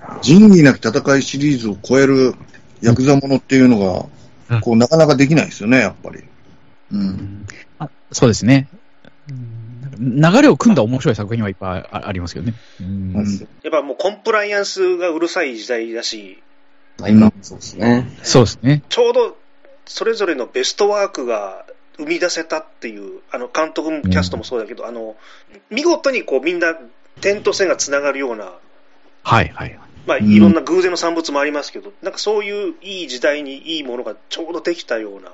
仁義なき戦いシリーズを超えるヤクザものっていうのが、こう、なかなかできないですよね、やっぱり。 そうですね。流れを組んだ面白い作品はいっぱいありますけどね。 やっぱもうコンプライアンスがうるさい時代だし、 今、そうですね。 そうですね。 ちょうどそれぞれのベストワークが生み出せたっていう、監督もキャストもそうだけど、見事にこうみんな点と線がつながるような、 はいはい。 まあいろんな偶然の産物もありますけど、なんかそういういい時代にいいものがちょうどできたような、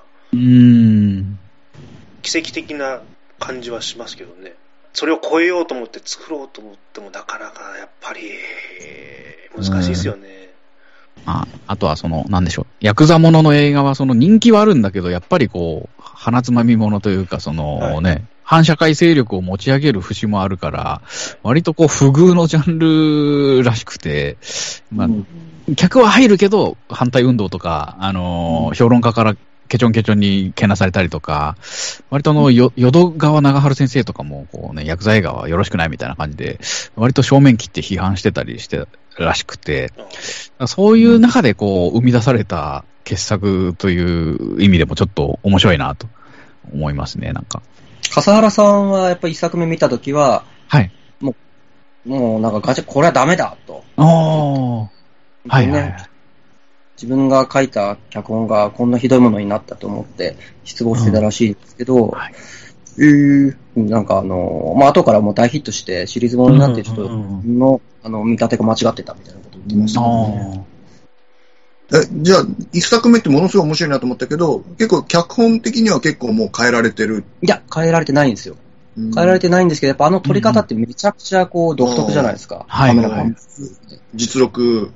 奇跡的な感じはしますけどね。それを超えようと思って作ろうと思ってもなかなかやっぱり難しいですよね。 あとはなんでしょう。ヤクザものの映画は人気はあるんだけど、やっぱりこう、鼻つまみものというか、反社会勢力を持ち上げる節もあるから、割とこう、不遇のジャンルらしくて、客は入るけど、反対運動とか、評論家からケチョンケチョンにけなされたりとか、割と淀川長春先生とかも、こうね、ヤクザ映画はよろしくないみたいな感じで、割と正面切って批判してたりしてらしくて、そういう中でこう、生み出された傑作という意味でもちょっと面白いなと思いますね、なんか。 笠原さんはやっぱり一作目見たときは、 はい。 もうなんかこれはダメだと。 はいはい。 自分が書いた脚本がこんなひどいものになったと思って失望してたらしいんですけど、なんか後からもう大ヒットしてシリーズものになってちょっと見立てが間違ってたみたいなこと言ってましたね。 じゃあ、一作目ってものすごい面白いなと思ったけど、結構脚本的には結構もう変えられてる。 いや、変えられてないんですよ。変えられてないんですけど、やっぱ撮り方ってめちゃくちゃこう独特じゃないですか。カメラが。 実録。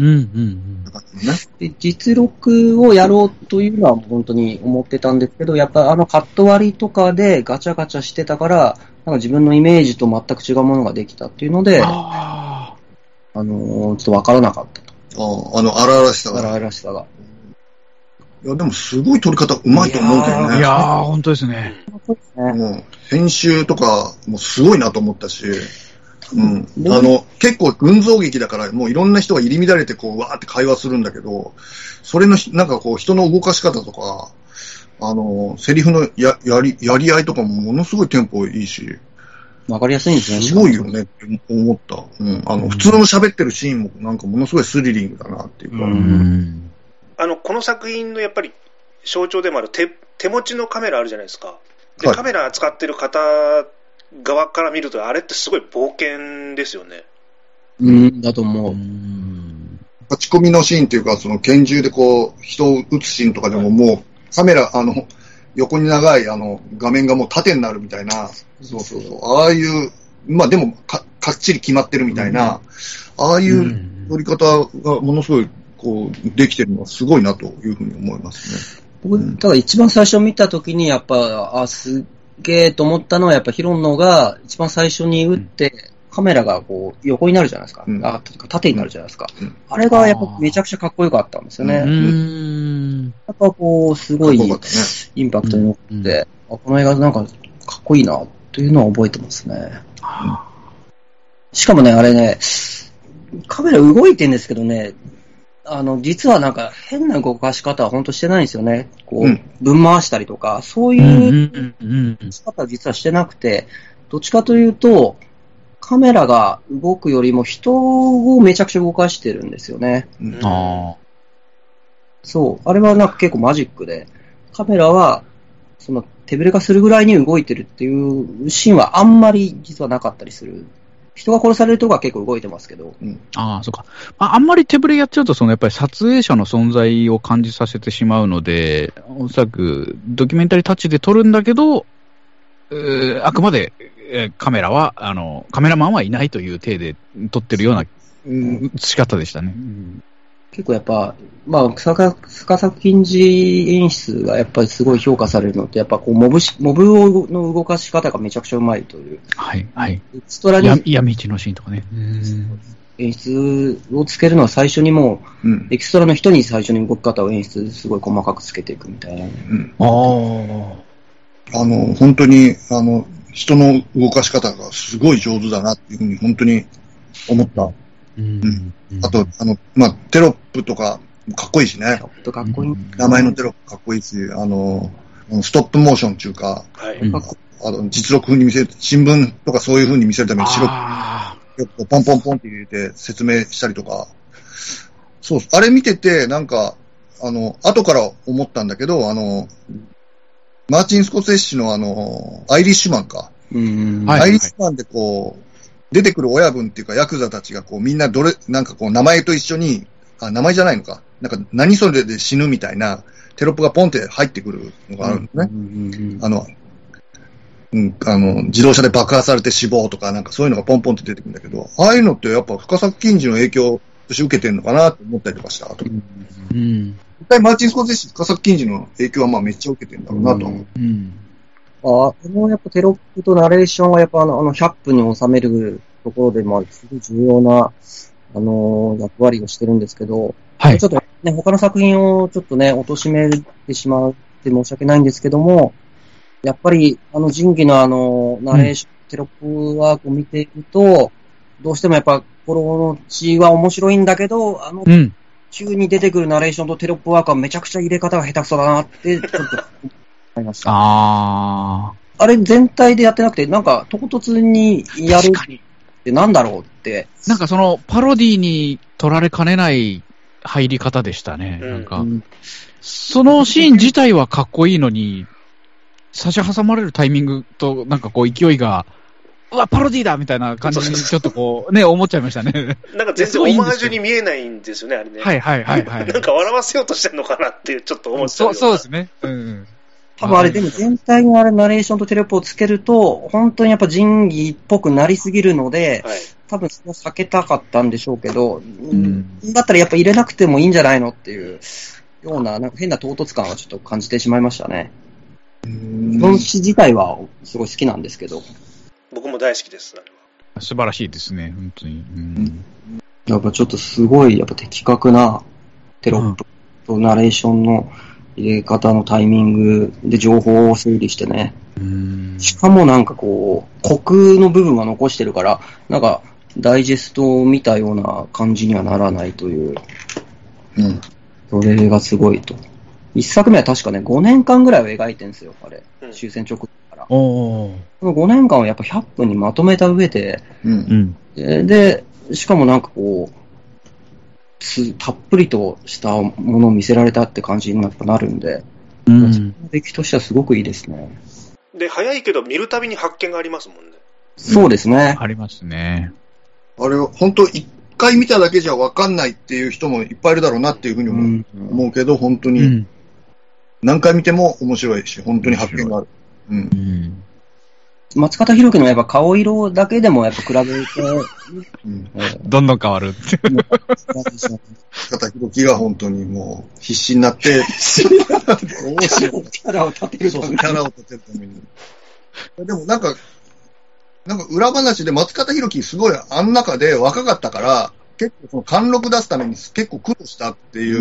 で実録をやろうというのは本当に思ってたんですけど、やっぱカット割りとかでガチャガチャしてたから、なんか自分のイメージと全く違うものができたっていうので、ちょっとわからなかったと。 荒々しさが。 荒々しさが。 いや、でもすごい撮り方うまいと思うけどね。 いやー、本当ですね。 編集とかもすごいなと思ったし、結構群像劇だから、もういろんな人が入り乱れてこう、わーって会話するんだけど、それの、なんかこう、人の動かし方とか、セリフのやり合いとかもものすごいテンポいいし、 わかりやすいんですね。 すごいよねって思った。普通の喋ってるシーンもなんかものすごいスリリングだなっていうか。 この作品のやっぱり象徴でもある手持ちのカメラあるじゃないですか。で、カメラ使ってる方側から見ると、あれってすごい冒険ですよね。 だと思う。 勝ち込みのシーンっていうか、その拳銃でこう、人を撃つシーンとかでももう、カメラ、横に長い画面がもう縦になるみたいな、ああいう、まあでもかっちり決まってるみたいな、ああいう撮り方がものすごい、こう、できてるのはすごいなというふうに思いますね。 僕、ただ一番最初見たときに、やっぱ、すっげーと思ったのは、やっぱヒロノが一番最初に撃って、カメラがこう横になるじゃないですか。縦になるじゃないですか。あれがやっぱめちゃくちゃかっこよかったんですよね。やっぱこう、すごいインパクトに乗って、この映画なんかかっこいいなというのは覚えてますね。しかもね、あれね、カメラ動いてんですけどね、実はなんか変な動かし方は本当してないんですよね。こう、分回したりとか、そういう仕方は実はしてなくて、どっちかというと、カメラが動くよりも人をめちゃくちゃ動かしてるんですよね。そう。あれはなんか結構マジックで、カメラは、その手ぶれがするぐらいに動いてるっていうシーンはあんまり実はなかったりする。人が殺されるとこは結構動いてますけど。 そうか。あんまり手ぶれやっちゃうと、やっぱり撮影者の存在を感じさせてしまうので、おそらくドキュメンタリータッチで撮るんだけど、あくまで、カメラは、カメラマンはいないという体で撮ってるような、仕方でしたね。 結構やっぱ、逆作金次演出がやっぱりすごい評価されるのって、やっぱこう、モブの動かし方がめちゃくちゃうまいという。 はいはい。 エキストラに闇市のシーンとかね。 演出をつけるのは最初にもう、エキストラの人に最初に動き方を演出すごい細かくつけていくみたいな。 本当に、人の動かし方がすごい上手だなっていうふうに本当に思った。 あと、まあ、テロップとか、かっこいいしね。 かっこいい。 名前のテロップかっこいいし、ストップモーションっていうか、実録風に見せる、新聞とかそういう風に見せるために白く、ポンポンポンって入れて説明したりとか、そう、あれ見てて、なんか、後から思ったんだけど、マーチン・スコセッシのアイリッシュマンか。アイリッシュマンでこう、出てくる親分っていうか、ヤクザたちがこう、みんななんかこう、名前と一緒に、名前じゃないのか。なんか、何それで死ぬみたいな、テロップがポンって入ってくるのがあるんですね。自動車で爆破されて死亡とか、なんかそういうのがポンポンって出てくるんだけど、ああいうのってやっぱ深作欣二の影響として受けてるのかなと思ったりとかした。一回マーチン・スコセッシ、深作欣二の影響はまあめっちゃ受けてるんだろうなと思う。 やっぱテロップとナレーションはやっぱ100分に収めるところでもすごい重要な、役割をしてるんですけど、ちょっとね、他の作品をちょっとね、貶めてしまって申し訳ないんですけども、やっぱり、仁義のナレーション、テロップワークを見ていると、どうしてもやっぱ、この血は面白いんだけど、急に出てくるナレーションとテロップワークはめちゃくちゃ入れ方が下手くそだなって、ちょっと思いました。あれ全体でやってなくて、なんか、唐突にやるってなんだろうって。 なんかパロディに取られかねない入り方でしたね。なんか、そのシーン自体はかっこいいのに、差し挟まれるタイミングと、なんかこう勢いが、うわ、パロディだみたいな感じにちょっとこう、ね、思っちゃいましたね。 なんか全然オマージュに見えないんですよね、あれね。なんか笑わせようとしてんのかなってちょっと思っちゃう。 そうですね。 多分あれでも全体にナレーションとテロップをつけると、本当にやっぱ仁義っぽくなりすぎるので、多分それは避けたかったんでしょうけど、だったらやっぱ入れなくてもいいんじゃないのっていうような、なんか変な唐突感はちょっと感じてしまいましたね。その詩自体はすごい好きなんですけど。 僕も大好きです、あれは。素晴らしいですね、本当に。 やっぱちょっとすごい、やっぱ的確なテロップとナレーションの入れ方のタイミングで情報を整理してね。しかもなんかこう、虚空の部分は残してるから、なんかダイジェストを見たような感じにはならないという。それがすごいと。一作目は確かね、5年間ぐらいを描いてるんですよ、あれ。終戦直後から。この5年間をやっぱ100分にまとめた上で、で、しかもなんかこう、たっぷりとしたものを見せられたって感じにやっぱなるんで、出来としてはすごくいいですね。 で、早いけど見るたびに発見がありますもんね。 そうですね。 ありますね。 あれは本当一回見ただけじゃ分かんないっていう人もいっぱいいるだろうなっていうふうに思うけど、本当に何回見ても面白いし、本当に発見がある。 松方弘樹のやっぱ顔色だけでもやっぱ比べて、 どんどん変わる。 松方弘樹が本当にもう必死になって、 キャラを立てるために。 キャラを立てるために。でもなんか裏話で松方弘樹すごいあん中で若かったから、結構その貫禄出すために結構苦労したっていう、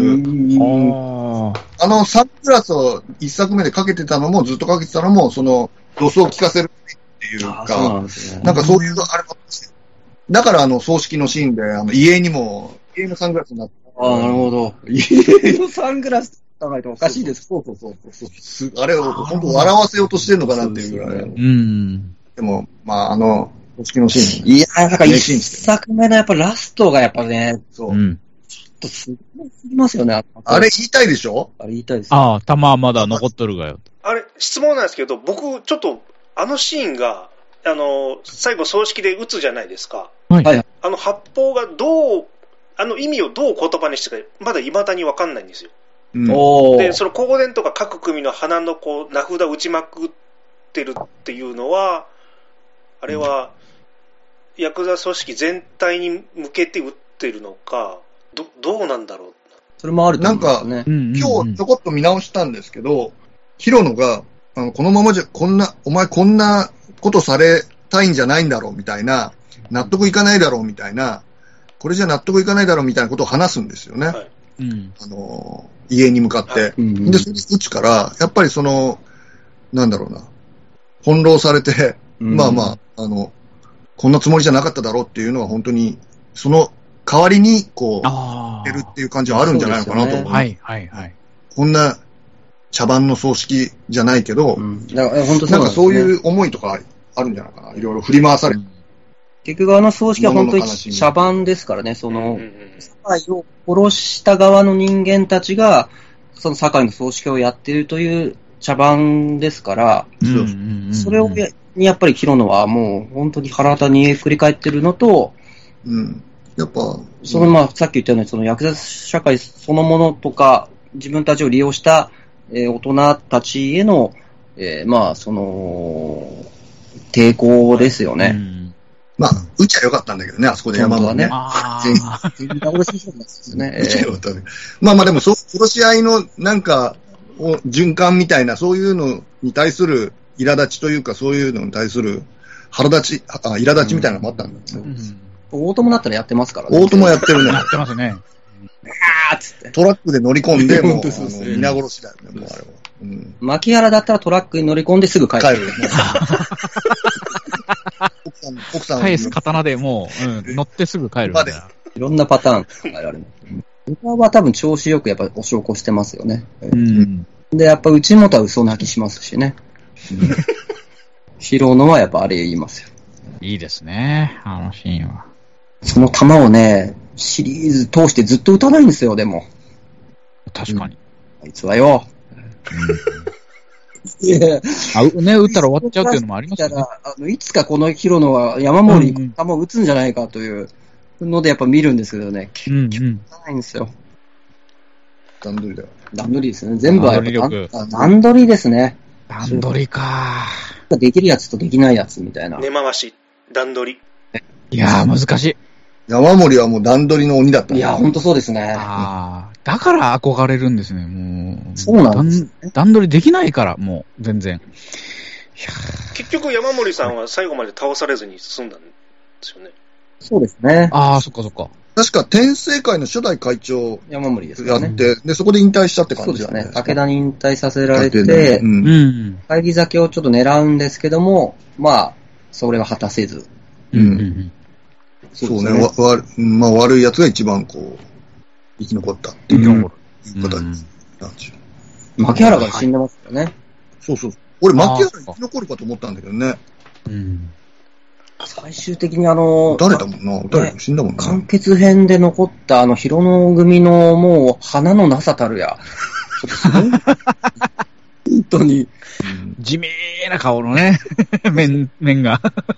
サングラスを一作目でかけてたのもずっとかけてたのも、その、ドスを聞かせるっていうか、なんかそういうあれもあって、だから葬式のシーンで、家のサングラスになって。 なるほど。家のサングラス考えてもおかしいです。 そうあれを本当笑わせようとしてるのかなっていうぐらい。でも、まあ葬式のシーン。 いや、なんか一作目のやっぱラストがやっぱね、ちょっとすごすぎますよね。 あれ言いたいでしょ？ あれ言いたいです。 弾はまだ残っとるがよ。 あれ、質問なんですけど、僕、ちょっと、シーンが、最後葬式で撃つじゃないですか。発砲が意味をどう言葉にしてか、まだ未だに分かんないんですよ。で、その公伝とか各組の鼻のこう、名札打ちまくってるっていうのは、あれは、ヤクザ組織全体に向けて撃ってるのか、どうなんだろう。 それもあると思うんですね。 なんか、今日ちょこっと見直したんですけど、ヒロノが、このままじゃ、お前こんなことされたいんじゃないんだろうみたいな、納得いかないだろうみたいな、これじゃ納得いかないだろうみたいなことを話すんですよね。家に向かって。で、それで撃つから、やっぱりなんだろうな、翻弄されて、こんなつもりじゃなかっただろうっていうのは本当に、その代わりに、こう、出るっていう感じはあるんじゃないのかなと思う。 はいはいはい。 こんな茶番の葬式じゃないけど、 だから本当なんかそういう思いとかあるんじゃないかな。いろいろ振り回されて。 結局葬式は本当に茶番ですからね、堺を殺した側の人間たちが、その堺の葬式をやっているという茶番ですから、それをやっぱり広野はもう本当に腹に繰り返ってるのと、 やっぱ、 さっき言ったように、そのヤクザ社会そのものとか、自分たちを利用した、大人たちへの、抵抗ですよね。 まあ、撃ちゃよかったんだけどね、あそこで山本ね。 全然倒しそうなんですよね。 撃ちゃよかったね。まあまあでも、殺し合いのなんか、循環みたいな、そういうのに対する苛立ちというか、そういうのに対する苛立ちみたいなのもあったんだよね。 大友だったらやってますからね。大友やってるね。 やってますね。 つってトラックで乗り込んで、もう、皆殺しだよね、もうあれは。 牧原だったらトラックに乗り込んですぐ帰る。 奥さん返す刀でもう、乗ってすぐ帰るみたいな。 いろんなパターン考えられる。今は多分調子よくやっぱお証拠してますよね。で、やっぱ内本は嘘泣きしますしね。広野はやっぱあれ言いますよ。 いいですね、あのシーンは。 その球をね、シリーズ通してずっと打たないんですよ、でも。 確かに。 あいつはよ。 打ったら終わっちゃうっていうのもありますよね。 いつかこの広野は山森に球を打つんじゃないかというのでやっぱ見るんですけどね。結局打たないんですよ。 段取りだよ。 段取りですね。全部はやっぱ段取りですね。 段取りか。 できるやつとできないやつみたいな。 根回し、段取り。 いやー、難しい。 山森はもう段取りの鬼だった。 いや、ほんとそうですね。 だから憧れるんですね、もう。 そうなんです、ね。 段取りできないから、もう、全然。 結局山森さんは最後まで倒されずに済んだんですよね。 そうですね。 そっかそっか。 確か天聖会の初代会長山森ですやって、で、そこで引退したって感じですね。武田に引退させられて、返り咲きをちょっと狙うんですけども、それは果たせず。 そうね。悪い奴が一番こう、生き残ったっていう形なんですよ。 牧原が死んでますよね。 そう。俺、牧原生き残るかと思ったんだけどね。 最終的に撃たれたもんな。撃たれた死んだもんな。 完結編で残った広野組のもう花のなさたるや。ちょっとすごい。本当に。 地味な顔のね、面が。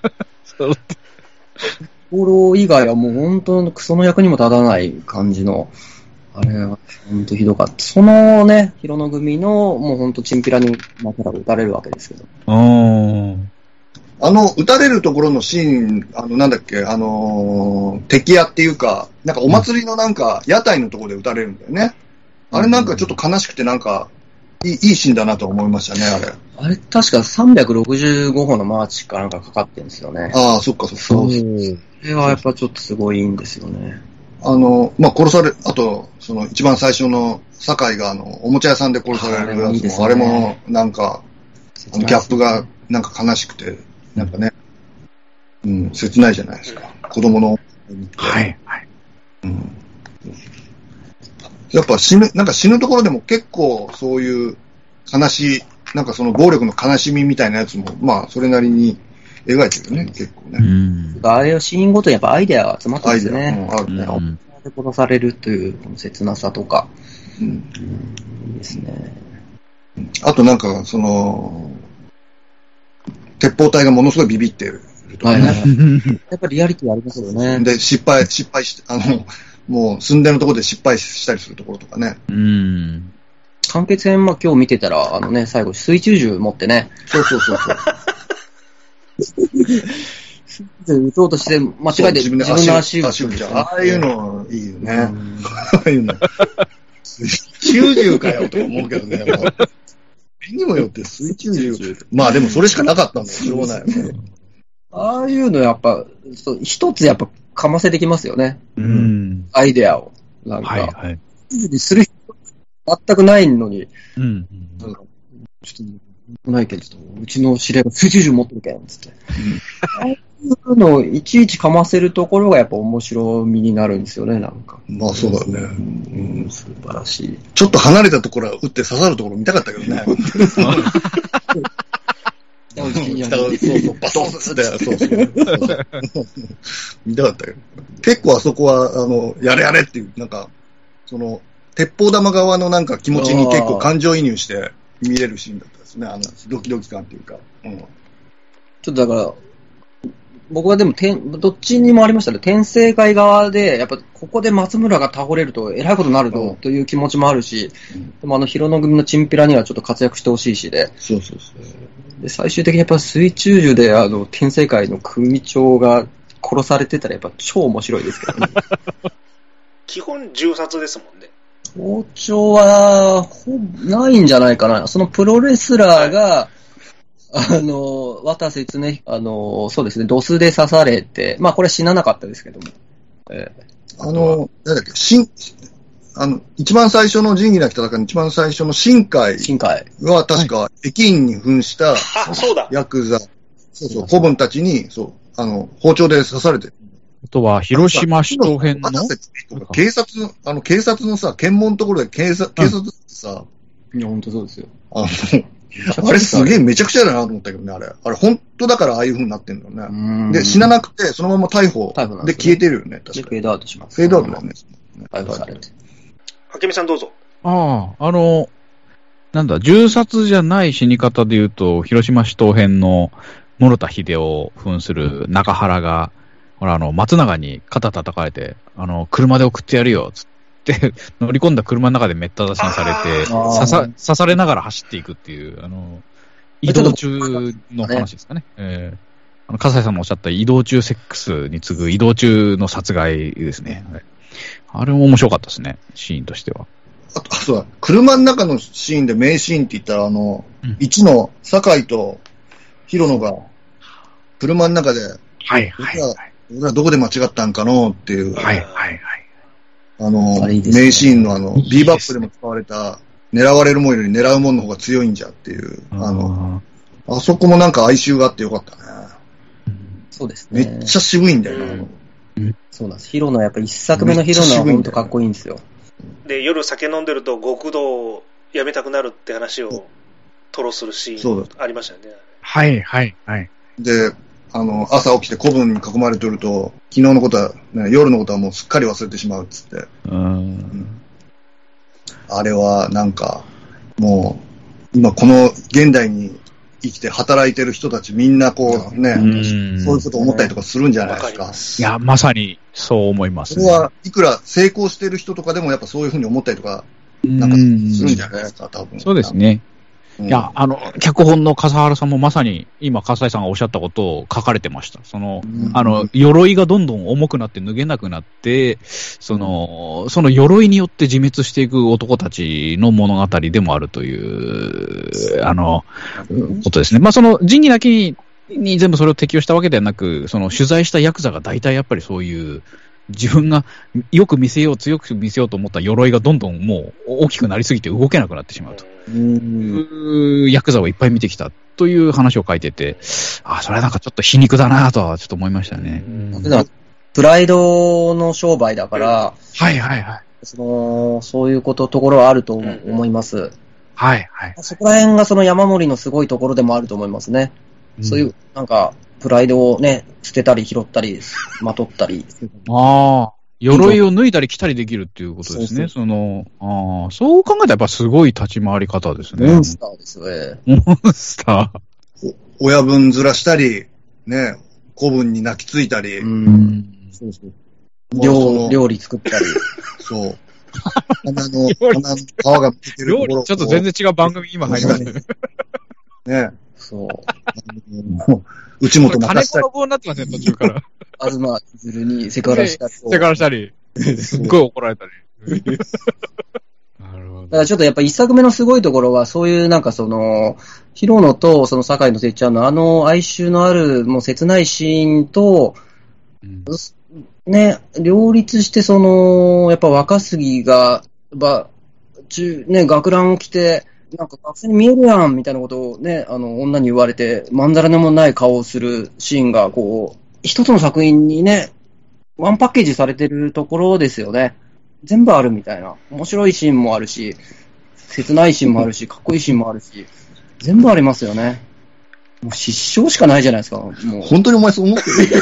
フォロー以外はもう本当のクソの役にも立たない感じの、あれは本当ひどかった。そのね、広野組のもう本当チンピラに牧原が撃たれるわけですけど。 撃たれるところのシーン、なんだっけ、敵屋っていうか、なんかお祭りのなんか、屋台のところで撃たれるんだよね。あれなんかちょっと悲しくてなんか、いいシーンだなと思いましたね、あれ。 あれ確か365歩のマーチかなんかかかってるんですよね。 そっか。それはやっぱちょっとすごいいいんですよね。 殺され、あと、一番最初の、堺がおもちゃ屋さんで殺されるやつも、あれもなんか、ギャップがなんか悲しくて、なんかね、切ないじゃないですか。子供の。 はい。 やっぱなんか死ぬところでも結構そういう悲しい、なんかその暴力の悲しみみたいなやつも、それなりに描いてるよね、結構ね。 あれをシーンごとにやっぱアイデアが集まってるんですね。 あるね。 で殺されるというこの切なさとか。いいですね。 あとなんか、鉄砲隊がものすごいビビってるとかね。 やっぱりリアリティありますよね。 で、失敗して、もう寸前のところで失敗したりするところとかね。 完結編、今日見てたら、最後、水中銃持ってね。そう。撃とうとして、間違えて自分の足を。 ああいうの、いいよね。ああいうの。水中銃かよと思うけどね。目にもよって水中銃。でもそれしかなかったんだよ。しょうがないよね。 ああいうのやっぱ、一つやっぱかませてきますよね。アイデアを。なんか、する必要全くないのに、なんかちょっとないけど、うちの知り合いが水中銃持ってるけん、つって。ああいうのをいちいちかませるところがやっぱ面白みになるんですよね、なんか。 まあそうだね。 素晴らしい。 ちょっと離れたところは撃って刺さるところ見たかったけどね。そうそう、バソンって、そう。見たかったよ。結構あそこは、やれやれっていう、なんか、鉄砲玉側のなんか気持ちに結構感情移入して見れるシーンだったですね。ドキドキ感っていうか。ちょっとだから、僕はでもどっちにもありましたね。天聖会側で、やっぱここで松村が倒れるとえらいことになるぞという気持ちもあるし、でも広野組のチンピラにはちょっと活躍してほしいしで。 そう。 で、最終的にやっぱ水中銃で天聖会の組長が殺されてたらやっぱ超面白いですけどね。 基本銃殺ですもんね。 包丁はないんじゃないかな。そのプロレスラーが、渡瀬常彦、そうですね、ドスで刺されて、まあこれ死ななかったですけども。 なんだっけ、一番最初の仁義なき戦いの一番最初の新海は確か駅員に扮したヤクザ、そう、子分たちに、包丁で刺されて。 あとは、広島市長編の警察のさ、検問のところで警察ってさ、 いや、本当そうですよ。 あれすげえめちゃくちゃだなと思ったけどね、あれ本当だからああいう風になってんだよね。で、死ななくて、そのまま逮捕で消えてるよね、確かに。 フェードアウトします。 フェードアウトだよね。 逮捕されて。 明美さんどうぞ。 なんだ、銃殺じゃない死に方で言うと、広島市東編の諸田秀夫を扮する中原が、ほら、松永に肩叩かれて、車で送ってやるよ、つって、乗り込んだ車の中でめった刺しにされて、刺されながら走っていくっていう、移動中の話ですかね。笠井さんのおっしゃった移動中セックスに次ぐ移動中の殺害ですね。あれも面白かったですね、シーンとしては。 そうだ、車の中のシーンで名シーンって言ったら、1の酒井と広野が、車の中で、俺らどこで間違ったんかのっていう、名シーンのビーバップでも使われた、狙われるもんより狙うもんの方が強いんじゃっていう、あそこもなんか哀愁があってよかったね。 そうですね。 めっちゃ渋いんだよな。 そうなんです。広野はやっぱ一作目の広野は本当かっこいいんですよ。 で、夜酒飲んでると極道をやめたくなるって話を吐露するシーンありましたよね。 で、朝起きて子分に囲まれてると、昨日のことは、ね、夜のことはもうすっかり忘れてしまうっつって。あれはなんか、もう、今この現代に生きて働いてる人たちみんなこうね、そういうことを思ったりとかするんじゃないですか。 いや、まさにそう思いますね。 それはいくら成功してる人とかでもやっぱそういうふうに思ったりとか、なんかするんじゃないですか、多分。 そうですね。いや、脚本の笠原さんもまさに今、笠井さんがおっしゃったことを書かれてました。鎧がどんどん重くなって脱げなくなって、その鎧によって自滅していく男たちの物語でもあるという、ことですね。まあ、仁義なきに全部それを適用したわけではなく、取材したヤクザが大体やっぱりそういう、自分がよく見せよう、強く見せようと思った鎧がどんどんもう大きくなりすぎて動けなくなってしまうと。ヤクザをいっぱい見てきたという話を書いてて、それはなんかちょっと皮肉だなとはちょっと思いましたね。 プライドの商売だから、そういうところはあると思います。そこら辺が山森のすごいところでもあると思いますね。そういう、なんか、プライドをね、捨てたり拾ったり、まとったり。 鎧を脱いだり着たりできるっていうことですね。そう考えたらやっぱすごい立ち回り方ですね。 モンスターですね。 モンスター。親分ずらしたり、ね、子分に泣きついたり。 料理作ったり。 そう。鼻の皮がむけてるところ。 料理ちょっと全然違う番組今入りましたね。 ね。 そう。 内本任したり。 金子の棒になってますね、途中から。 東ずるにセクハラしたり。 セクハラしたり。すっごい怒られたり。なるほど。 だからちょっとやっぱ一作目のすごいところは、そういうなんか広野と酒井のてっちゃんの哀愁のある、もう切ないシーンと、ね、両立してやっぱ若杉が、学ランを着て、 なんか学生に見えるやんみたいなことをね、女に言われて、まんざらでもない顔をするシーンが、こう、一つの作品にね、ワンパッケージされてるところですよね。全部あるみたいな。面白いシーンもあるし、切ないシーンもあるし、かっこいいシーンもあるし、全部ありますよね。もう失笑しかないじゃないですか。もう本当にお前そう思ってる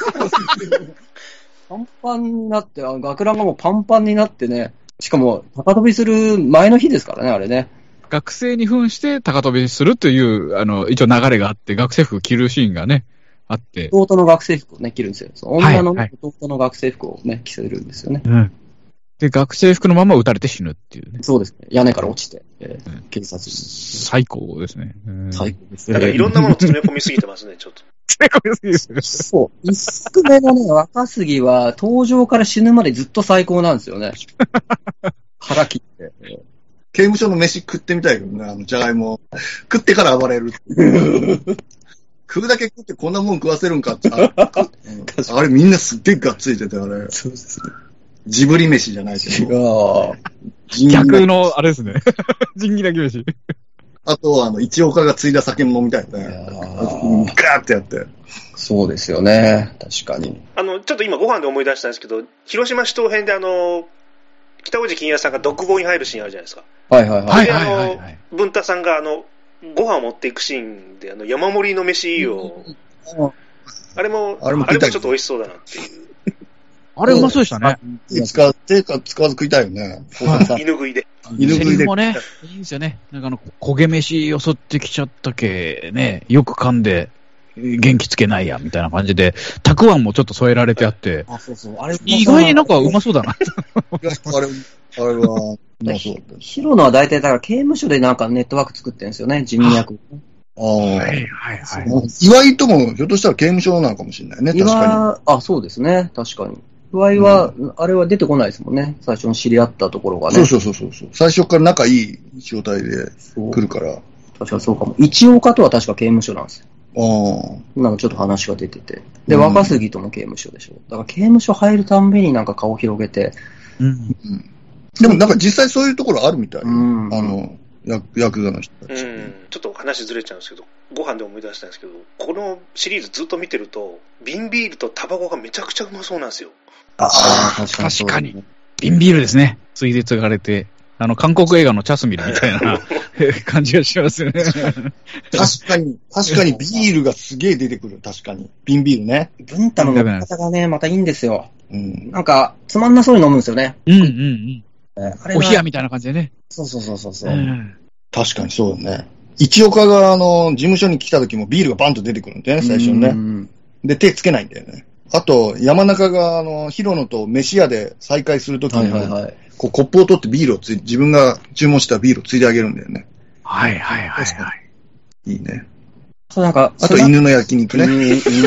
パンパンになって、学ランがもうパンパンになってね、しかも高飛びする前の日ですからね、あれね。 学生に扮して高飛びするという、一応流れがあって、学生服着るシーンがね、あって。 弟の学生服をね、着るんですよ。女の弟の学生服をね、着せるんですよね。 うん。で、学生服のまま撃たれて死ぬっていうね。 そうですね。屋根から落ちて、警察に。 最高ですね。 最高ですね。 なんかいろんなもの詰め込みすぎてますね、ちょっと。 詰め込みすぎですね。 そう。一作目のね、若杉は、登場から死ぬまでずっと最高なんですよね。腹切って。 刑務所の飯食ってみたいけどね、じゃがいも。食ってから暴れる。食うだけ食ってこんなもん食わせるんかって。あれみんなすっげえがっついてて、あれ。 そうですね。 ジブリ飯じゃないけど。 逆の、あれですね。仁義なき飯。 あと、一岡が継いだ酒も飲みたいよね。ガーってやって。 そうですよね。確かに。 ちょっと今ご飯で思い出したんですけど、広島市東編で北大路欣也さんがドッグボーイに入るシーンあるじゃないですか。 はいはいはい。 で、文太さんがご飯を持っていくシーンで、山盛りの飯を、あれもちょっと美味しそうだなっていう。 あれうまそうでしたね。 使わず食いたいよね。 犬食いで。 犬食いで。もね、いいんですよね。なんか焦げ飯よそってきちゃったけ、ね、よく噛んで、元気つけないや、みたいな感じで、たくあんもちょっと添えられてあって、 そうそう。あれ意外になんかうまそうだな。 あれは、 ヒロノは大体、だから刑務所でなんかネットワーク作ってるんですよね、人脈。 はいはいはい。 岩井とも、ひょっとしたら刑務所なのかもしれないね、確かに。そうですね、確かに。岩井は、あれは出てこないですもんね、最初に知り合ったところがね。 そう。最初から仲いい状態で来るから。 確かそうかも。一岡とは確か刑務所なんですよ。なんかちょっと話が出てて。で、若杉とも刑務所でしょ。だから刑務所入るたんびになんか顔広げて。 でもなんか実際そういうところあるみたい。ヤクザの人たち。 ちょっと話ずれちゃうんですけど、ご飯で思い出したんですけど、このシリーズずっと見てると、瓶ビールとタバコがめちゃくちゃうまそうなんですよ。 確かに。瓶ビールですね。ついで継がれて。韓国映画のチャスミルみたいな感じがしますよね。 確かにビールがすげえ出てくる。確かに。瓶ビールね。 文太の飲み方がね、またいいんですよ。なんか、つまんなそうに飲むんですよね。 お冷やみたいな感じでね。 そう。 確かにそうだね。一岡が事務所に来た時もビールがバンと出てくるんだよね、最初にね。で、手つけないんだよね。あと、山中がヒロノと飯屋で再会するときに、こうコップを取ってビールを自分が注文したビールをついであげるんだよね。 はい。 いいね。 そうなんか、 あと犬の焼肉ね。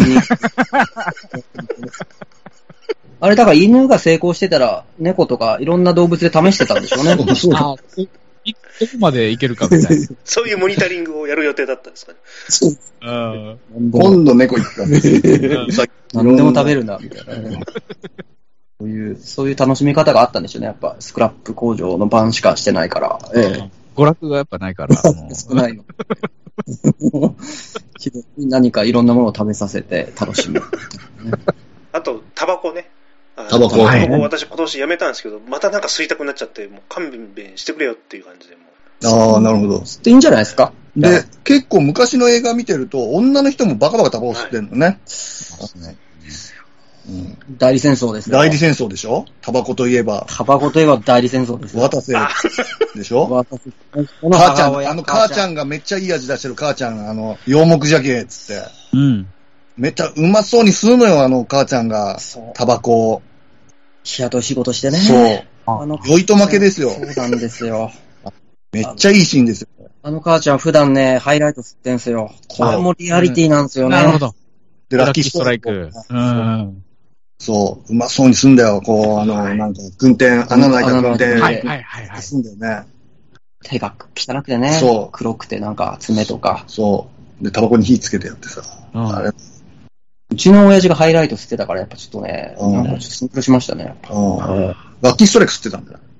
あれだから犬が成功してたら、猫とかいろんな動物で試してたんでしょうね。 どこまでいけるかみたいな。 そういうモニタリングをやる予定だったんですかね。 今度猫行ったんです。 何でも食べるな、みたいな。そういう楽しみ方があったんでしょうね。やっぱ、スクラップ工場の番しかしてないから。 娯楽がやっぱないから。 少ないの。何かいろんなものを食べさせて楽しむ。 あと、タバコね。 タバコ。 私今年やめたんですけど、またなんか吸いたくなっちゃって、もう勘弁してくれよっていう感じで。 なるほど。 吸っていいんじゃないですか。 で、結構昔の映画見てると、女の人もバカバカタバコ吸ってんのね。 代理戦争ですね。 代理戦争でしょ、タバコといえば。 タバコといえば代理戦争です。 渡瀬でしょ母ちゃんがめっちゃいい味出してる母ちゃん、洋木じゃけっつって。めっちゃうまそうに吸うのよ、母ちゃんが。タバコを。 日雇い仕事してね。 そう。酔いと負けですよ。 そうなんですよ。 めっちゃいいシーンですよ。 母ちゃん普段ね、ハイライト吸ってんすよ。これもリアリティなんですよね。 なるほど。 で、ラッキーストライク。 そう、うまそうにすんだよ。こう、なんか、軍手、穴の開いた軍手。すんだよね。 手が汚くてね。 そう。 黒くて、なんか、爪とか。 そう。で、タバコに火つけてやってさ。あれ。 うちの親父がハイライト吸ってたから、やっぱちょっとね、なんかちょっとシンクロしましたね。 ラッキーストライク吸ってたんだよ。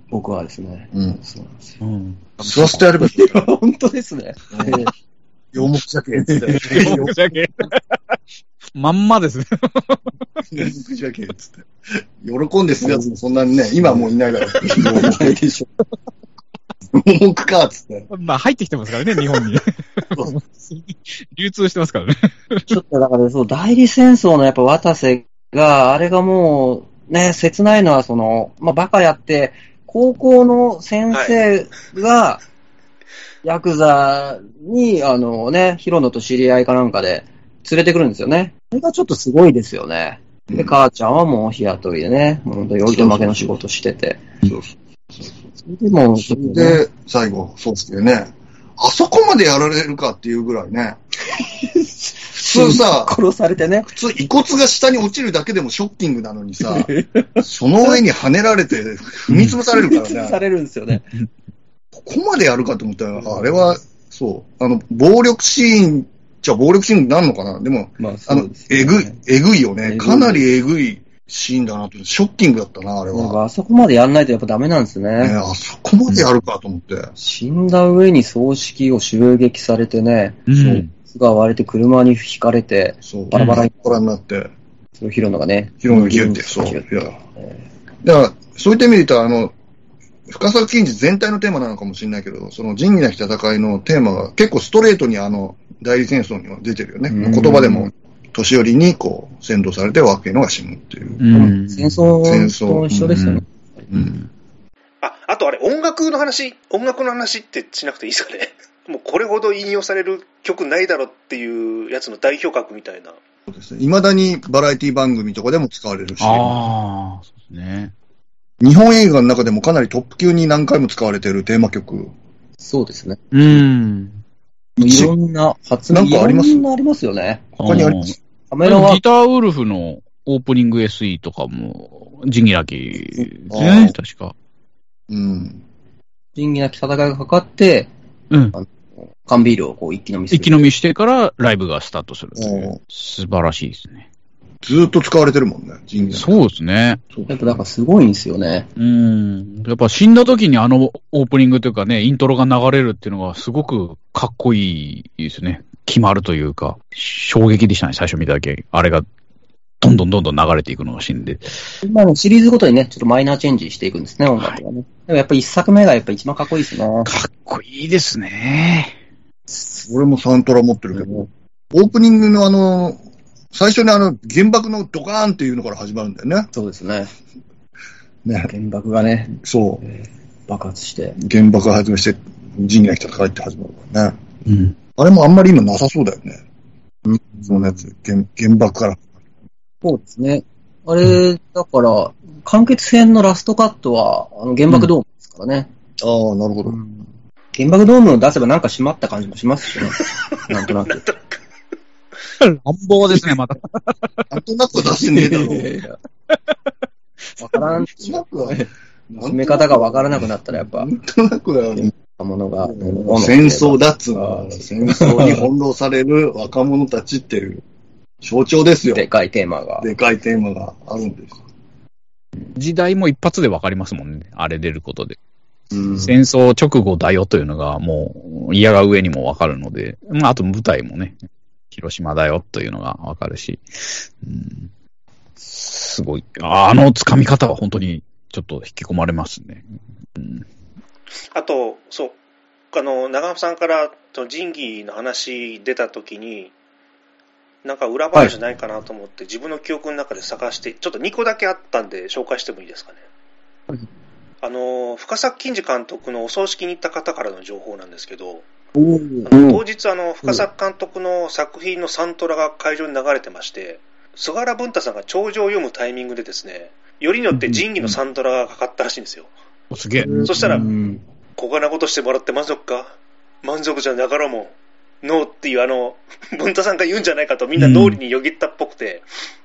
僕はですね。 うん。 そうなんですよ。うん。 吸わせてやればいい。 本当ですね。 洋木鮭つって。 洋木鮭。まんまですね。 洋木鮭つって。喜んで吸うやつもそんなにね、今はもういないだろう。いないでしょ。洋木かつって。 まあ入ってきてますからね、日本に。流通してますからね。 ちょっとだからそう、代理戦争のやっぱ渡瀬が、あれがもう、ね、切ないのはまあバカやって、高校の先生が、ヤクザに、ヒロノと知り合いかなんかで連れてくるんですよね。それがちょっとすごいですよね。で、母ちゃんはもう日雇いでね、もう酔いと負けの仕事してて。 そうそう。それでも、それで、最後、そうですよね。あそこまでやられるかっていうぐらいね。普通さ、 殺されてね。 普通遺骨が下に落ちるだけでもショッキングなのにさ、その上に跳ねられて踏み潰されるからね。 踏み潰されるんですよね。 ここまでやるかと思ったら、あれは、そう、暴力シーンじゃ暴力シーンになるのかな。でも、まあね、えぐいよね。かなりえぐいシーンだなと。ショッキングだったな、あれは。 あそこまでやんないとやっぱダメなんですね。 あそこまでやるかと思って。 死んだ上に葬式を襲撃されてね、巣が割れて車にひかれて、バラバラになって。 それをヒロノがね。 ヒロノがギュって、そう。いや。だから、そういった意味で言ったら、深作金次全体のテーマなのかもしれないけど、その仁義なき戦いのテーマが結構ストレートに代理戦争には出てるよね。言葉でも、年寄りにこう、先導されて若いのが死ぬっていう。 戦争と一緒ですよね。 あとあれ、音楽の話ってしなくていいですかね。もうこれほど引用される曲ないだろっていうやつの代表格みたいな。 そうですね。未だにバラエティ番組とかでも使われるし。 ああ、そうですね。 日本映画の中でもかなりトップ級に何回も使われているテーマ曲。 そうですね。 いろんな発明。 なんかあります？ いろんなありますよね。 他にあります？ カメラはギターウルフのオープニング SE とかも、仁義なきですね、確か。 仁義なき戦いがかかって、缶ビールをこう一気飲みする。 一気飲みしてからライブがスタートする。素晴らしいですね。 ずーっと使われてるもんね、 そうですね。 やっぱなんかすごいんですよね。 やっぱ死んだ時にオープニングというかね、イントロが流れるっていうのがすごくかっこいいですね。決まるというか、衝撃でしたね、最初見ただけ。あれが、どんどん流れていくのが死んで。 まあシリーズごとにね、ちょっとマイナーチェンジしていくんですね、音楽がね。でもやっぱり一作目がやっぱ一番かっこいいですね。 かっこいいですね。 俺もサントラ持ってるけど、オープニングの最初に原爆のドカーンっていうのから始まるんだよね。 そうですね。ね。原爆がね。 そう。 爆発して。 原爆が始めして、仁義なき戦いって始まるからね。あれもあんまり今なさそうだよね。そのやつ。原爆から。 そうですね。あれ、だから、完結編のラストカットは、原爆ドームですからね。 ああ、なるほど。 原爆ドームを出せばなんか閉まった感じもしますしね。なんとなく。 乱暴ですね、また。 なんとなく出してねえだろう。 わからん。 なんとなくは。 締め方がわからなくなったらやっぱ。 なんとなくは。 ものが。 戦争だっつうのは、戦争に翻弄される若者たちっていう象徴ですよ。 でかいテーマがあるんです。 時代も一発でわかりますもんね。あれ出ることで。戦争直後だよというのがもう、嫌が上にもわかるので、あと舞台もね。広島だよというのがわかるし、すごい。掴み方は本当にちょっと引き込まれますね。 あと、そう、長濱さんから仁義の話出たときに、なんか裏話ないかなと思って、自分の記憶の中で探して、ちょっと2個だけあったんで紹介してもいいですかね。深作金次監督のお葬式に行った方からの情報なんですけど、当日深作監督の作品のサントラが会場に流れてまして、菅原文太さんが弔辞を読むタイミングでですね、よりによって仁義のサントラがかかったらしいんですよ。 すげえ。 そしたら、小柄なことしてもらって満足か、満足じゃなかろうもん、ノーっていう文太さんが言うんじゃないかとみんな脳裏によぎったっぽくて、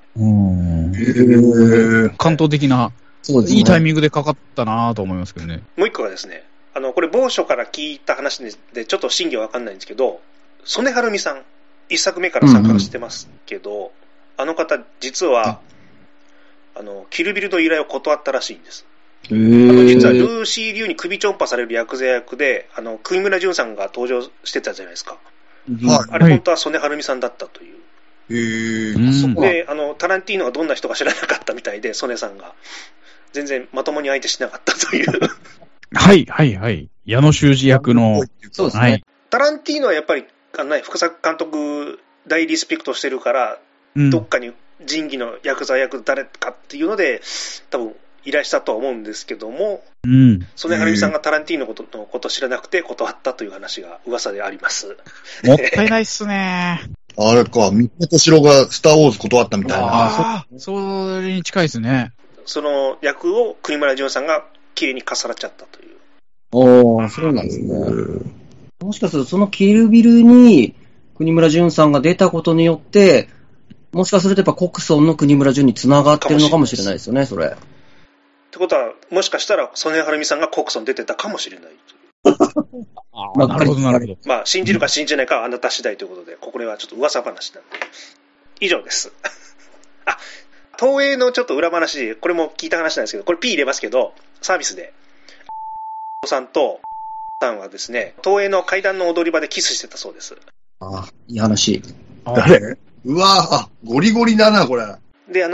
関東的な、いいタイミングでかかったなと思いますけどね。 もう一個がですね、これ某所から聞いた話でちょっと真偽は分かんないんですけど、曽根晴美さん一作目から参加してますけど、あの方実はキルビルの依頼を断ったらしいんです。 実はルーシー・リュウに首ちょんぱされるヤクザ役で、国村淳さんが登場してたじゃないですか。はい。あれ本当は曽根晴美さんだったという。で、タランティーノがどんな人か知らなかったみたいで、曽根さんが。全然まともに相手しなかったという。 はいはいはい。矢野修二役の。 そうですね。はい、 タランティーノはやっぱり、福作監督大リスペクトしてるから、どっかに仁義のヤクザ役誰かっていうので、多分依頼したとは思うんですけども、曽根晴美さんがタランティーノのことを知らなくて断ったという話が噂であります。 もったいないっすね。 あれか、三船敏郎がスターウォーズ断ったみたいな。 それに近いですね。 その役を国村淳さんが綺麗にかっさらっちゃったという。 そうなんですね。もしかするとそのキルビルに国村淳さんが出たことによって、もしかするとやっぱコクソンの国村淳に繋がってるのかもしれないですよね、それ。 ってことは、もしかしたら曽根晴美さんがコクソン出てたかもしれない。 なるほど、なるほど。 まあ、信じるか信じないかはあなた次第ということで、これはちょっと噂話なんで。以上です。東映のちょっと裏話、これも聞いた話なんですけど、これ P 入れますけど、サービスで、さんと、さんはですね、東映の階段の踊り場でキスしてたそうです。 いい話。 誰？うわゴリゴリだな、これ。 で、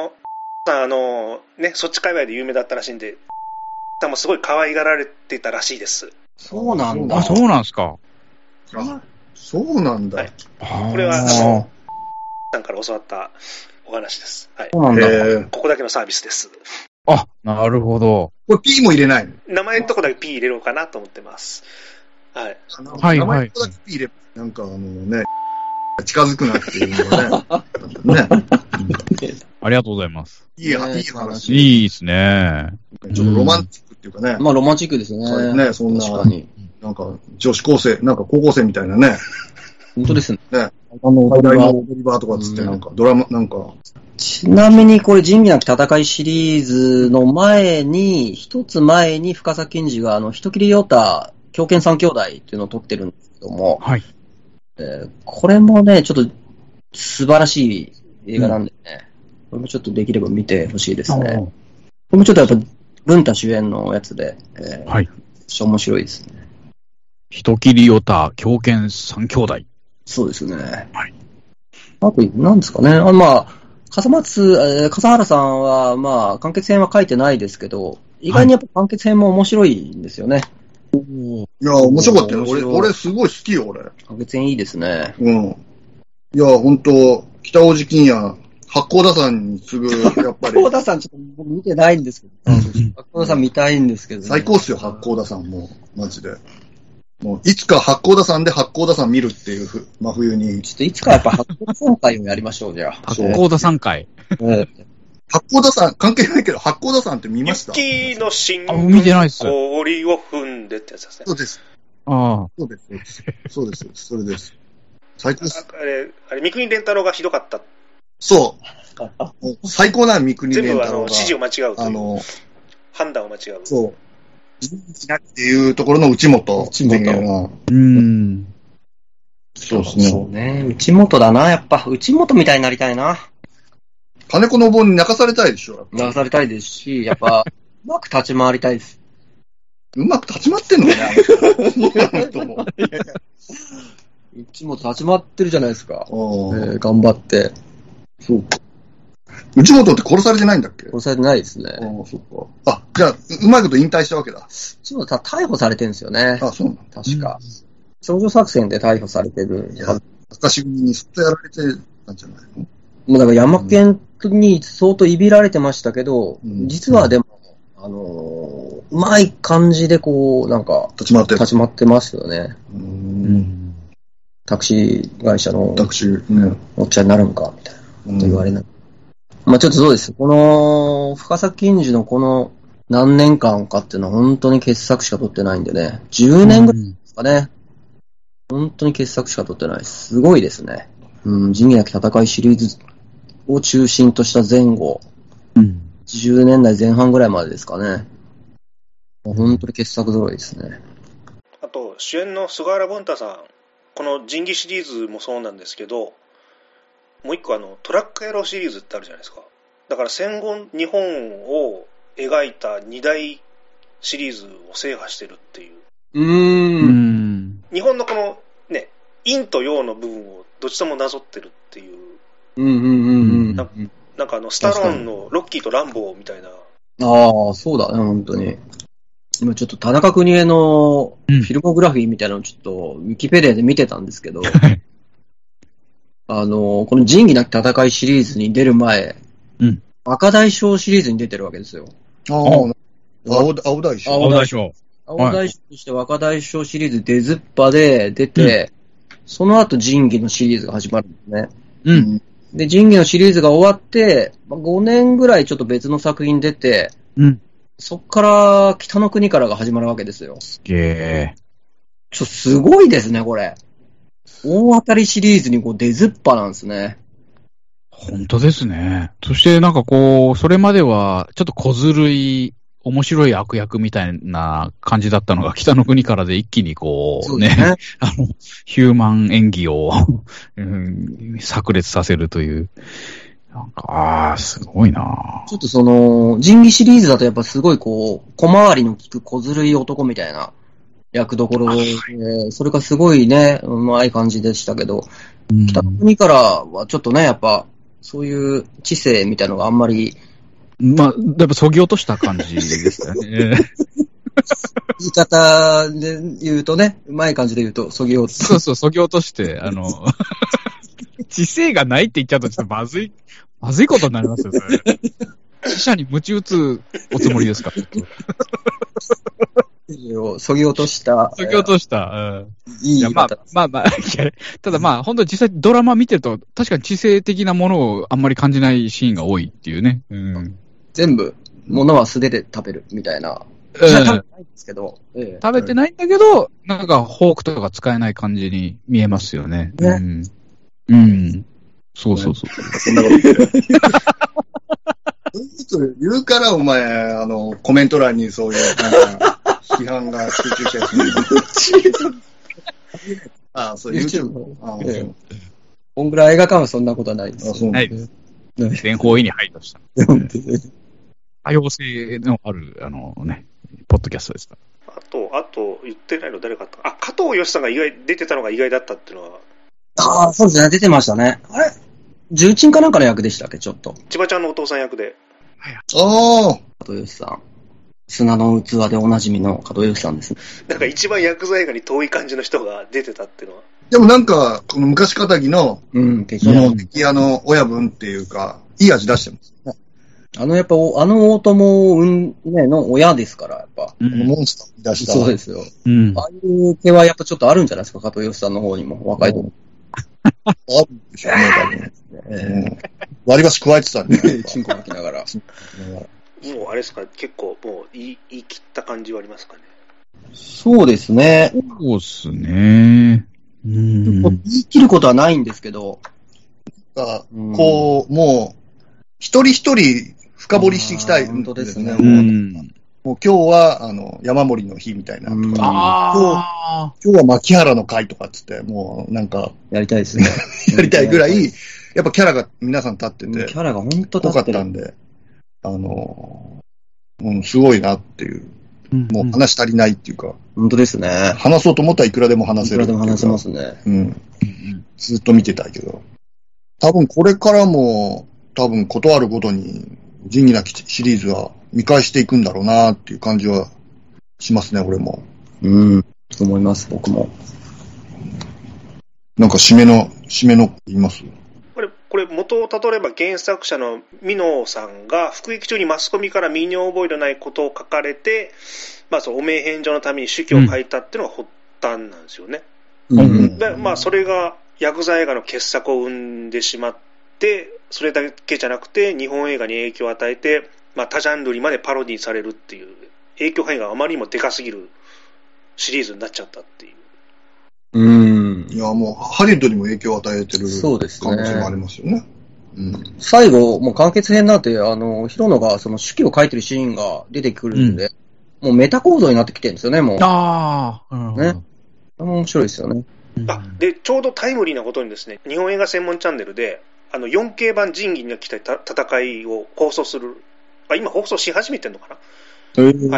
ね、そっち界隈で有名だったらしいんで、さんもすごい可愛がられてたらしいです。 そうなんだ。 そうなんですか。 そうなんだ。 はい、これは、さんから教わったお話です。はい。 そうなんだ。 ここだけのサービスです。 なるほど。 これ P も入れないの？ 名前のとこだけ P 入れようかなと思ってます。はい。 はいはい。 名前のとこだけ P 入れ、なんかね、近づくなっていうのがね。 ありがとうございます。 いい話。 いいですね。 ちょっとロマンチックっていうかね。 まあロマンチックですね。 ね、そんな、 確かに。 なんか女子高生、なんか高校生みたいなね。 本当ですね。 ね。踊り場とかつってなんか、ドラマ、なんか。 ちなみにこれ仁義なき戦いシリーズの一つ前に深作欣二が人斬りヨタ狂犬三兄弟っていうのを撮ってるんですけども、 はい。 これもね、ちょっと素晴らしい映画なんでね、これもちょっとできれば見てほしいですね。これもちょっとやっぱ文太主演のやつで、 はい。 面白いですね。 人斬りヨタ狂犬三兄弟。 そうですね。 はい。 あと、なんですかね。まあ、笠原さんは、まあ、完結編は書いてないですけど、意外にやっぱ完結編も面白いんですよね。 いや、面白かったよ。俺すごい好きよ、俺。 完結編いいですね。 うん。いや、ほんと、北大路欣也、八甲田山に次ぐ、やっぱり。 八甲田山ちょっと僕見てないんですけど。八甲田山見たいんですけど、ね。 最高っすよ、八甲田山もう、マジで。もういつか八甲田山で八甲田山見るっていう真冬に。 ちょっといつかやっぱ八甲田山会をやりましょう、じゃあ。 八甲田山会。 八甲田山、関係ないけど、八甲田山って見ました？ 雪の新見てないっす。 氷を踏んでってやつですね。 そうです。そうです。そうです。それです。最高です。 あれ、三国連太郎がひどかった。 そう。最高な三国連太郎が。 全部指示を間違うという。判断を間違う。 そう。っていうところの内本。 そうですね。そうね。内本だな、やっぱ。内本みたいになりたいな。 金子の棒に泣かされたいでしょ。 泣かされたいですし、やっぱ、うまく立ち回りたいです。 うまく立ち回ってんのかね、 内本立ち回ってるじゃないですか。頑張って。 そうか。内本って殺されてないんだっけ？ 殺されてないですね。 そうか。じゃあ、うまいこと引退したわけだ。 内本逮捕されてるんですよね。 そうなんだ。 確か。少女作戦で逮捕されてる。 私にずっとやられてたんじゃないの？ もうだから山県に相当いびられてましたけど、実はでも、うまい感じでこう、なんか、立ち回ってますよね。タクシー会社のおっちゃんになるのか、みたいなこと言われない。まあちょっとそうです。この、深作欣二のこの何年間かっていうのは本当に傑作しか撮ってないんでね。10年ぐらいですかね。本当に傑作しか撮ってない。すごいですね。仁義なき戦いシリーズを中心とした前後。10年代前半ぐらいまでですかね。本当に傑作揃いですね。 あと、主演の菅原文太さん。この仁義シリーズもそうなんですけど、もう一個トラック野郎シリーズってあるじゃないですか。だから戦後日本を描いた2大シリーズを制覇してるっていう。日本のこのね、陰と陽の部分をどっちともなぞってるっていう。なんかスタローンのロッキーとランボーみたいな。 ああ、そうだね、本当に。今ちょっと田中邦衛のフィルモグラフィーみたいなのをちょっとウィキペディアで見てたんですけど、この仁義なき戦いシリーズに出る前、赤大将シリーズに出てるわけですよ。 青大将。 青大将として若大将シリーズ出ずっぱで出て、その後仁義のシリーズが始まるんですね。で、仁義のシリーズが終わって、5年ぐらいちょっと別の作品出て、そっから北の国からが始まるわけですよ。 すげー。 すごいですね、これ。大当たりシリーズに出ずっぱなんですね。 本当ですね。そしてなんかそれまではちょっと小ずるい、面白い悪役みたいな感じだったのが北の国からで一気にね、ヒューマン演技を炸裂させるという。なんか、すごいな。 ちょっと仁義シリーズだとやっぱすごい小回りの利く小ずるい男みたいな役どころで、それがすごいね、うまい感じでしたけど、北の国からはちょっとね、やっぱ、そういう知性みたいなのがあんまり。 やっぱそぎ落とした感じですよね。 言い方で言うとね、うまい感じで言うと、そぎ落とそう、そぎ落として、知性がないって言っちゃうとちょっとまずいことになりますよ、それ。死者に鞭打つおつもりですかそぎ落とした。 そぎ落とした。 いい言い方。 ただ本当に実際ドラマ見てると、確かに知性的なものをあんまり感じないシーンが多いっていうね。 全部、物は素手で食べるみたいな。食べてないんですけど。 食べてないんだけど、なんかフォークとか使えない感じに見えますよね。そう。そんなこと言うから、お前、コメント欄にそういう、なんか、批判が集中しやすい。そう、YouTube。 こんぐらい映画館はそんなことはないです。 ないです。全方位に配慮した。多様性のある、ポッドキャストですから。 あと、言ってないの誰か加藤義さんが出てたのが意外だったっていうのは。そうですね、出てましたね。あれ重鎮かなんかの役でしたっけ、ちょっと。 千葉ちゃんのお父さん役で。 加藤義さん。砂の器でおなじみの加藤義さんですね。 なんか一番ヤクザ映画に遠い感じの人が出てたっていうのは。 でもなんか、この昔かたぎの、 敵屋の親分っていうか、いい味出してます。 やっぱ、大友の親ですから、やっぱ。 モンスター出した。 そうですよ。ああいう系はやっぱちょっとあるんじゃないですか、加藤義さんの方にも、若いと。 あるんでしょうね、多分。割り箸加えてたんで。 チンコ巻きながら。 もうあれですか、結構もう言い切った感じはありますかね。 そうですね。 そうですね。 言い切ることはないんですけど。 もう、一人一人深掘りしていきたい。 本当ですね。 もう今日は、山盛りの日みたいな。今日は牧原の会とかっつって、もうなんか。 やりたいですね。 やりたいぐらい、やっぱキャラが皆さん立ってて。 キャラが本当立ってたんで、すごいなっていう。もう話足りないっていうか。 本当ですね。 話そうと思ったらいくらでも話せる。 いくらでも話せますね。 ずっと見てたいけど。多分これからも、ことあるごとに、仁義なきシリーズは見返していくんだろうなっていう感じはしますね、俺も。 と思います、僕も。 なんか締めの言います？ これ元をたどれば原作者の美濃さんが服役中にマスコミから身に覚えのないことを書かれて、その汚名返上のために手記を書いたっていうのが発端なんですよね。でそれがヤクザ映画の傑作を生んでしまって、それだけじゃなくて日本映画に影響を与えて、多ジャンルにまでパロディされるっていう影響範囲があまりにもでかすぎるシリーズになっちゃったっていう。 いや、もうハリウッドにも影響を与えてる可能性もありますよね。 最後、もう完結編になって、ヒロノがその手記を書いてるシーンが出てくるんで、もうメタ構造になってきてるんですよね、もう。ね。面白いですよね。 で、ちょうどタイムリーなことにですね、日本映画専門チャンネルで、4K 版仁義なき戦いを放送する今放送し始めてるのかな。はい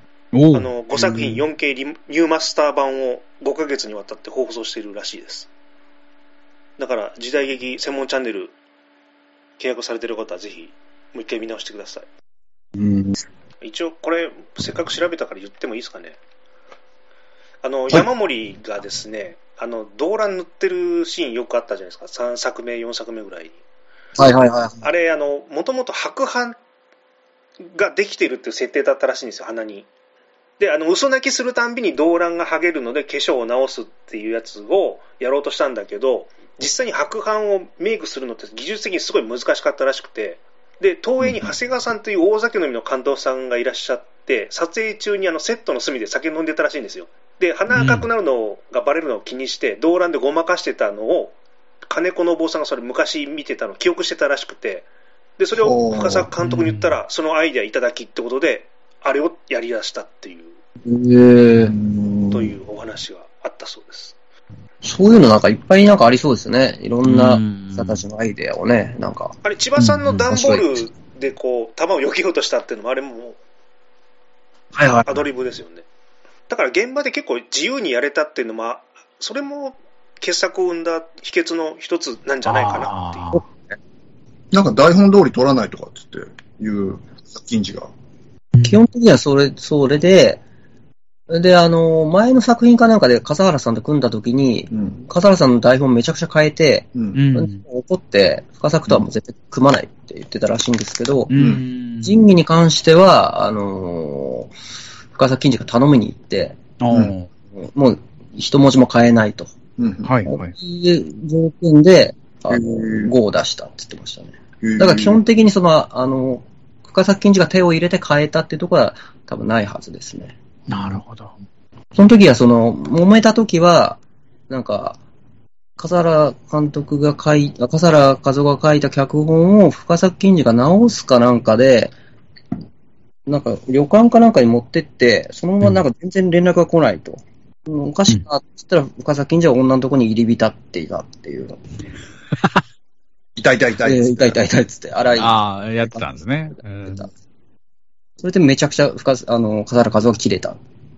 。5作品 4K ニューマスター版を5ヶ月にわたって放送しているらしいです。だから時代劇専門チャンネル契約されている方はぜひもう一回見直してください。一応これせっかく調べたから言ってもいいですかね。山森がですね、動乱塗ってるシーンよくあったじゃないですか。3作目4作目ぐらいに。 はいはいはい。 あれもともと白斑ができてるっていう設定だったらしいんですよ、鼻に。で嘘泣きするたんびに動乱が剥げるので化粧を直すっていうやつをやろうとしたんだけど、実際に白斑をメイクするのって技術的にすごい難しかったらしくて、で東映に長谷川さんという大酒飲みの監督さんがいらっしゃって、撮影中にセットの隅で酒飲んでたらしいんですよ。で鼻が赤くなるのがバレるのを気にして動乱でごまかしてたのを金子のお坊さんがそれ昔見てたのを記憶してたらしくて、でそれを深作監督に言ったらそのアイデアいただきってことであれをやりだしたっていうというお話があったそうです。 そういうのなんかいっぱいなんかありそうですね。いろんな人たちのアイデアをね、なんか。 あれ千葉さんの段ボールでこう弾を避けようとしたっていうのもあれもアドリブですよね。だから現場で結構自由にやれたっていうのもそれも傑作を生んだ秘訣の一つなんじゃないかなっていう。 なんか台本通り撮らないとかっていう禁止が。 基本的にはそれで、前の作品かなんかで笠原さんと組んだ時に、笠原さんの台本めちゃくちゃ変えて、怒って深作とはもう絶対組まないって言ってたらしいんですけど、仁義に関しては、深作金次が頼みに行って、もう一文字も変えないと。 はいはい。 いう条件で、5を出したって言ってましたね。だから基本的に深作金次が手を入れて変えたっていうところは多分ないはずですね。 なるほど。 その時は揉めた時は、なんか、笠原和夫が書いた脚本を深作金次が直すかなんかで、なんか旅館かなんかに持ってって、そのままなんか全然連絡が来ないと。おかしいなって言ったら、深作金次は女のとこに入り浸っていたっていう。 痛いっつって。 やってたんですね。 それでめちゃくちゃ笠原和夫が切れた。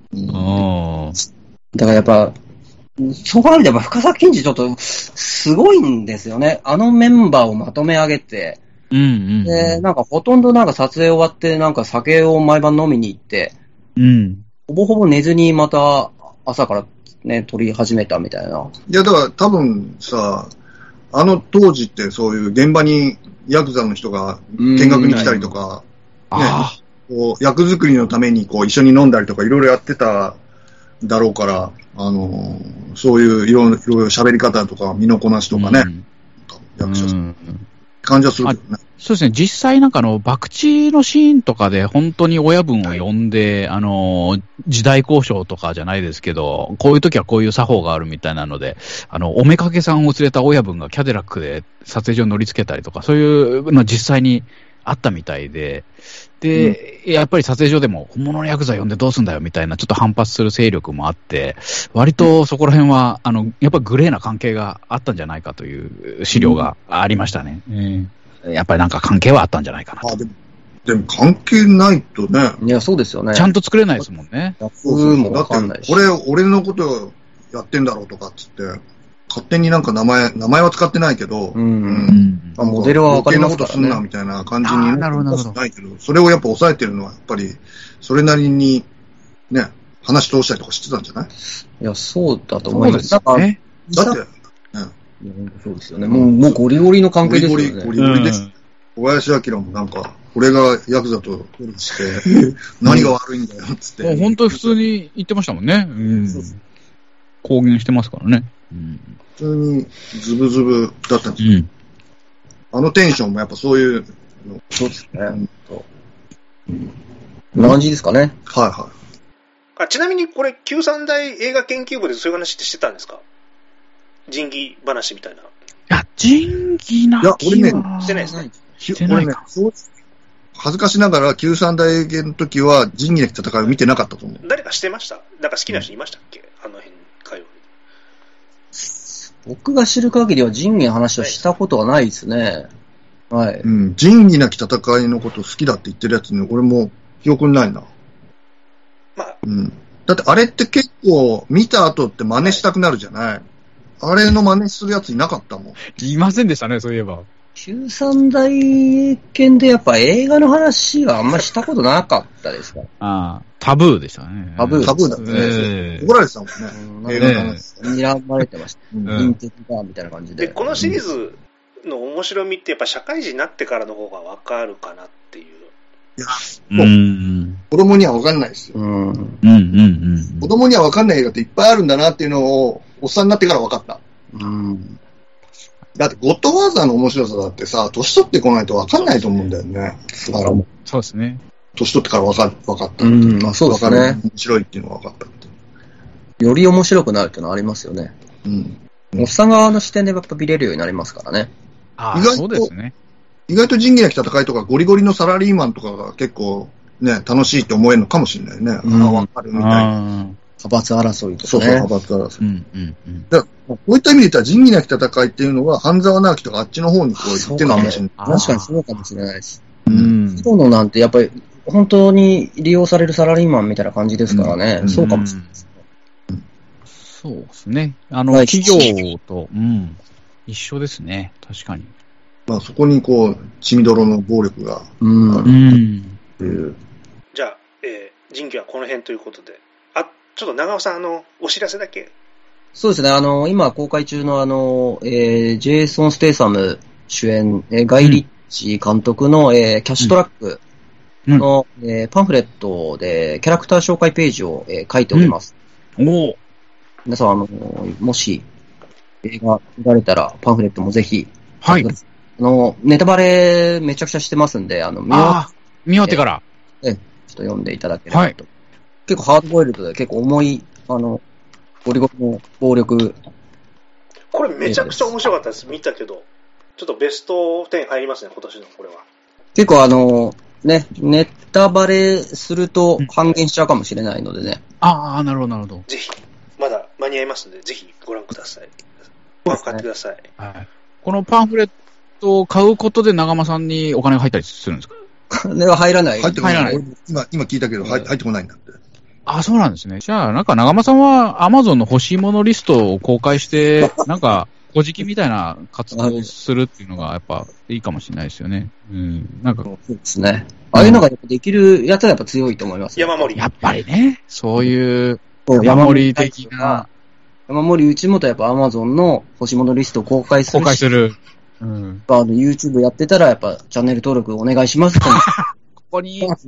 だからやっぱ、そう考えるとやっぱ深作金次ちょっとすごいんですよね。メンバーをまとめ上げて、で、なんかほとんどなんか撮影終わってなんか酒を毎晩飲みに行って、ほぼほぼ寝ずにまた朝からね、撮り始めたみたいな。 いやだから多分さ、当時ってそういう現場にヤクザの人が見学に来たりとか、こう役作りのためにこう一緒に飲んだりとかいろいろやってただろうから、そういういろいろ喋り方とか身のこなしとかね、役者さん感じはするけどね。 そうですね。実際なんか博打のシーンとかで本当に親分を呼んで、時代交渉とかじゃないですけど、こういう時はこういう作法があるみたいなので、おめかけさんを連れた親分がキャデラックで撮影所に乗り付けたりとか、そういうの実際にあったみたいで、やっぱり撮影所でも本物のヤクザ呼んでどうすんだよみたいなちょっと反発する勢力もあって、割とそこら辺は、やっぱりグレーな関係があったんじゃないかという資料がありましたね。やっぱりなんか関係はあったんじゃないかなと。 でも関係ないとね。 いや、そうですよね。 ちゃんと作れないですもんね。 そうもわかんないし。だって、俺のことやってんだろうとかっつって、勝手になんか名前は使ってないけど、 モデルはわかりますからね。余計なことすんなみたいな感じになるないけど、それをやっぱ抑えてるのはやっぱり、それなりに、ね、話通したりとかしてたんじゃない？ いや、そうだと思います。 だって、 そうですよね。もうゴリゴリの関係ですよね。 ゴリゴリです。小林明もなんか、俺がヤクザとして、何が悪いんだよ、つって。 本当に普通に言ってましたもんね。公言してますからね。 普通にズブズブだったんですよ。テンションもやっぱそういうの。 そうですね。こんな感じですかね。 ちなみにこれ、旧三大映画研究部でそういう話ってしてたんですか？仁義話みたいな。 仁義な気はしてないですね。 俺ね、恥ずかしながら旧三大映画の時は仁義なき戦いを見てなかったと思う。 誰かしてました？なんか好きな人いましたっけ？あの辺会話。 僕が知る限りは仁義の話をしたことはないですね。 はい。 うん。仁義なき戦いのこと好きだって言ってるやつに、俺も記憶にないな。 まあ。 うん。だってあれって結構、見た後って真似したくなるじゃない。あれの真似するやついなかったもん。 いませんでしたね、そういえば。 93大剣でやっぱ映画の話はあんましたことなかったですから。 ああ、タブーでしたね。 タブーだったね。怒られてたもんね。映画の話。 睨まれてました。インテリだみたいな感じで。 で、このシリーズの面白みってやっぱ社会人になってからの方がわかるかなっていう。 いや、子供にはわかんないですよ。子供にはわかんない映画っていっぱいあるんだなっていうのを、おっさんになってからわかった。だって、ゴッドファーザーの面白さだってさ、年取ってこないとわかんないと思うんだよね。 そうですね。 年取ってからわかった。 まあそうですね。 面白いっていうのがわかったって。 より面白くなるっていうのはありますよね。おっさん側の視点でやっぱ見れるようになりますからね。 そうですね。 意外と仁義なき戦いとかゴリゴリのサラリーマンとかが結構ね、楽しいって思えるのかもしれないね。わかるみたいな。 派閥争いとかね。 そう、派閥争い。だからこういった意味で言ったら仁義なき戦いっていうのは、半沢直樹とかあっちの方にこう言ってるのかもしれない。 確かにそうかもしれないです。そうのなんてやっぱり本当に利用されるサラリーマンみたいな感じですからね。そうかもしれないです。 そうですね。企業と、一緒ですね。確かに。 まあそこにこう、血みどろの暴力がある。 じゃあ、仁義はこの辺ということで。ちょっと長尾さん、お知らせだけ。 そうですね、今公開中のジェイソン・ステイサム主演、ガイ・リッチ監督の、キャッシュトラックの、パンフレットでキャラクター紹介ページを、書いております。皆さん、もし映画見られたらパンフレットもぜひ、 はい。 ネタバレめちゃくちゃしてますんで、見終わってから。 ちょっと読んでいただければと。はい、結構ハードボイルドで結構重い、ゴリゴリの暴力。 これめちゃくちゃ面白かったです。見たけど。ちょっとベスト10入りますね、今年のこれは。 結構ネタバレすると半減しちゃうかもしれないのでね。 なるほど、なるほど。 ぜひ、まだ間に合いますので、ぜひご覧ください。パン買ってください。 はい。このパンフレットを買うことで長間さんにお金が入ったりするんですか？ 金は入らない。 入ってこない。今聞いたけど、入ってこないんだって。 そうなんですね。じゃあ、なんか長間さんは Amazon の欲しいものリストを公開して、なんか、小じきみたいな活動をするっていうのがやっぱいいかもしれないですよね。なんか。 そうですね。ああいうのができるやつはやっぱ強いと思います、 ね。山盛り。 やっぱりね、そういう山盛り的な。 山盛り内元はやっぱ Amazon の欲しいものリストを公開する。YouTube やってたらやっぱチャンネル登録お願いしますって。 ここに。ここ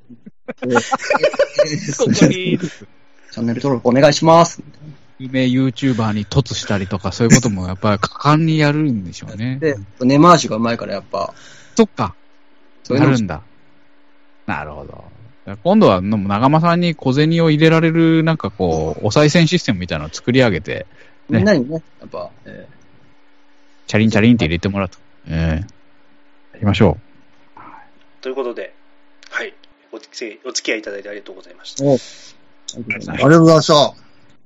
に。 チャンネル登録お願いします。 有名 YouTuber に突したりとか、そういうこともやっぱり果敢にやるんでしょうね。 で、根回しがうまいからやっぱ。 そっか。そうなるんだ。なるほど。今度は長間さんに小銭を入れられる、なんかこう、お賽銭システムみたいなのを作り上げて。 みんなにね、やっぱ、 チャリンチャリンって入れてもらうと。やりましょう。 ということで、はい。お付き合いいただいてありがとうございました。 ありがとうございました。